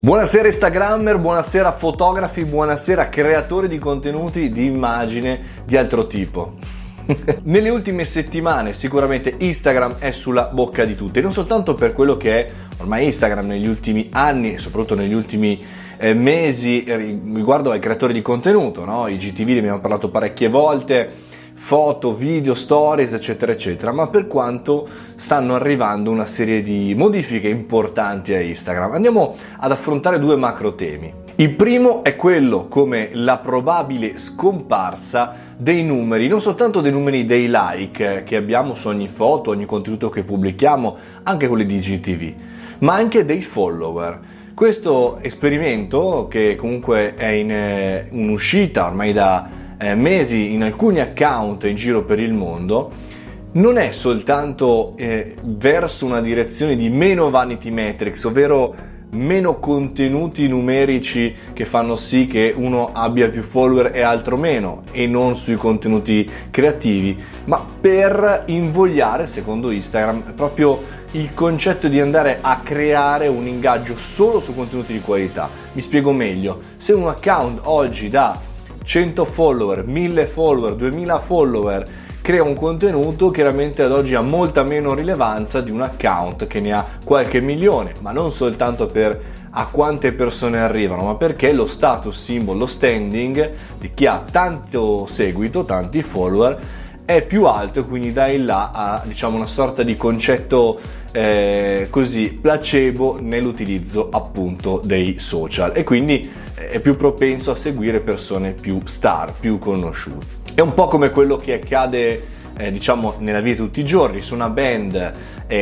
Buonasera Instagrammer, buonasera fotografi, buonasera creatori di contenuti di immagine di altro tipo. Nelle ultime settimane sicuramente Instagram è sulla bocca di tutti, non soltanto per quello che è ormai Instagram negli ultimi anni e soprattutto negli ultimi mesi riguardo ai creatori di contenuto, no? I GTV ne abbiamo parlato parecchie volte, foto, video, stories, eccetera, eccetera, ma per quanto stanno arrivando una serie di modifiche importanti a Instagram. Andiamo ad affrontare due macro temi. Il primo è quello come la probabile scomparsa dei numeri, non soltanto dei numeri dei like che abbiamo su ogni foto, ogni contenuto che pubblichiamo, anche quelli di GTV, ma anche dei follower. Questo esperimento, che comunque è in uscita ormai da mesi in alcuni account in giro per il mondo, non è soltanto verso una direzione di meno vanity metrics, ovvero meno contenuti numerici che fanno sì che uno abbia più follower e altro meno, e non sui contenuti creativi, ma per invogliare, secondo Instagram, proprio il concetto di andare a creare un ingaggio solo su contenuti di qualità. Mi spiego meglio: se un account oggi da 100 follower, 1000 follower, 2000 follower crea un contenuto, chiaramente ad oggi ha molta meno rilevanza di un account che ne ha qualche milione, ma non soltanto per a quante persone arrivano, ma perché lo status symbol, lo standing di chi ha tanto seguito, tanti follower, è più alto, quindi dà in là a, diciamo, una sorta di concetto così placebo nell'utilizzo appunto dei social, e quindi è più propenso a seguire persone più star, più conosciute. È un po' come quello che accade diciamo nella vita di tutti i giorni. Se una band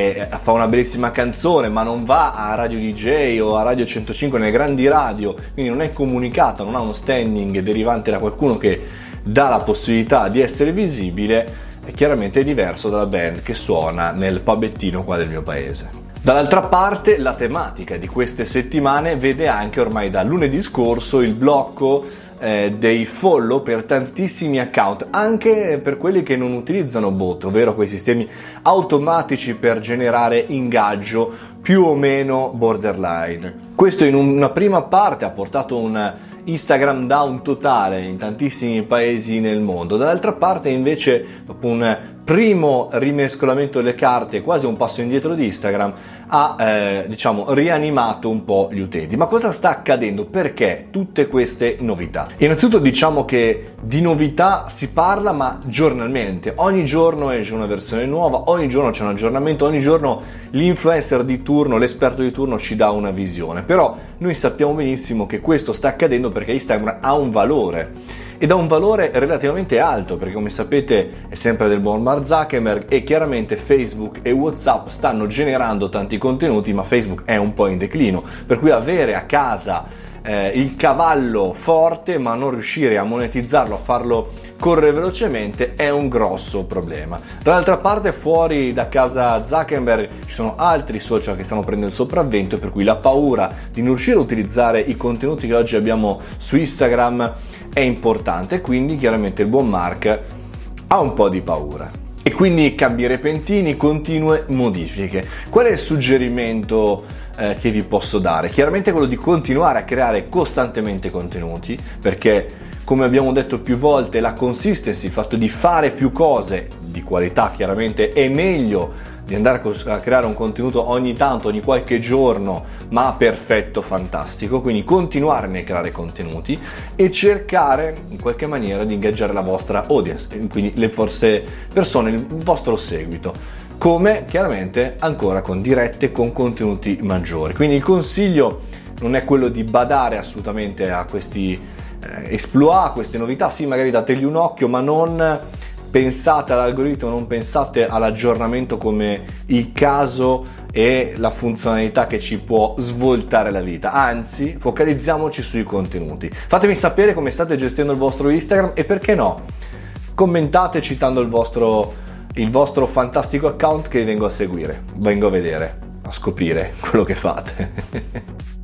fa una bellissima canzone ma non va a Radio DJ o a Radio 105 nelle grandi radio, quindi non è comunicata, non ha uno standing derivante da qualcuno che dà la possibilità di essere visibile, è chiaramente diverso dalla band che suona nel pubettino qua del mio paese. Dall'altra parte, la tematica di queste settimane vede anche ormai da lunedì scorso il blocco dei follow per tantissimi account, anche per quelli che non utilizzano bot, ovvero quei sistemi automatici per generare ingaggio più o meno borderline. Questo in una prima parte ha portato un Instagram down totale in tantissimi paesi nel mondo. Dall'altra parte invece, dopo un primo rimescolamento delle carte, quasi un passo indietro di Instagram, ha diciamo rianimato un po' gli utenti. Ma cosa sta accadendo? Perché tutte queste novità? Innanzitutto diciamo che di novità si parla, ma giornalmente. Ogni giorno esce una versione nuova, ogni giorno c'è un aggiornamento, ogni giorno l'influencer di turno, l'esperto di turno ci dà una visione. Però noi sappiamo benissimo che questo sta accadendo perché Instagram ha un valore, ed ha un valore relativamente alto, perché come sapete è sempre del buon Mark Zuckerberg, e chiaramente Facebook e WhatsApp stanno generando tanti contenuti, ma Facebook è un po' in declino, per cui avere a casa il cavallo forte ma non riuscire a monetizzarlo, a farlo correre velocemente, è un grosso problema. Dall'altra parte, fuori da casa Zuckerberg ci sono altri social che stanno prendendo il sopravvento, per cui la paura di non riuscire a utilizzare i contenuti che oggi abbiamo su Instagram è importante, quindi chiaramente il buon Mark ha un po' di paura. E quindi cambi repentini, continue modifiche. Qual è il suggerimento che vi posso dare? Chiaramente quello di continuare a creare costantemente contenuti, perché come abbiamo detto più volte, la consistency, il fatto di fare più cose di qualità chiaramente è meglio di andare a creare un contenuto ogni tanto, ogni qualche giorno, ma perfetto, fantastico. Quindi continuare nel creare contenuti e cercare in qualche maniera di ingaggiare la vostra audience, quindi le vostre persone, il vostro seguito, come chiaramente ancora con dirette, con contenuti maggiori. Quindi il consiglio non è quello di badare assolutamente a questi exploit, queste novità. Sì, magari dategli un occhio, ma non pensate all'algoritmo, non pensate all'aggiornamento come il caso e la funzionalità che ci può svoltare la vita, anzi focalizziamoci sui contenuti. Fatemi sapere come state gestendo il vostro Instagram, e perché no, commentate citando il vostro fantastico account che vengo a seguire, vengo a vedere, a scoprire quello che fate.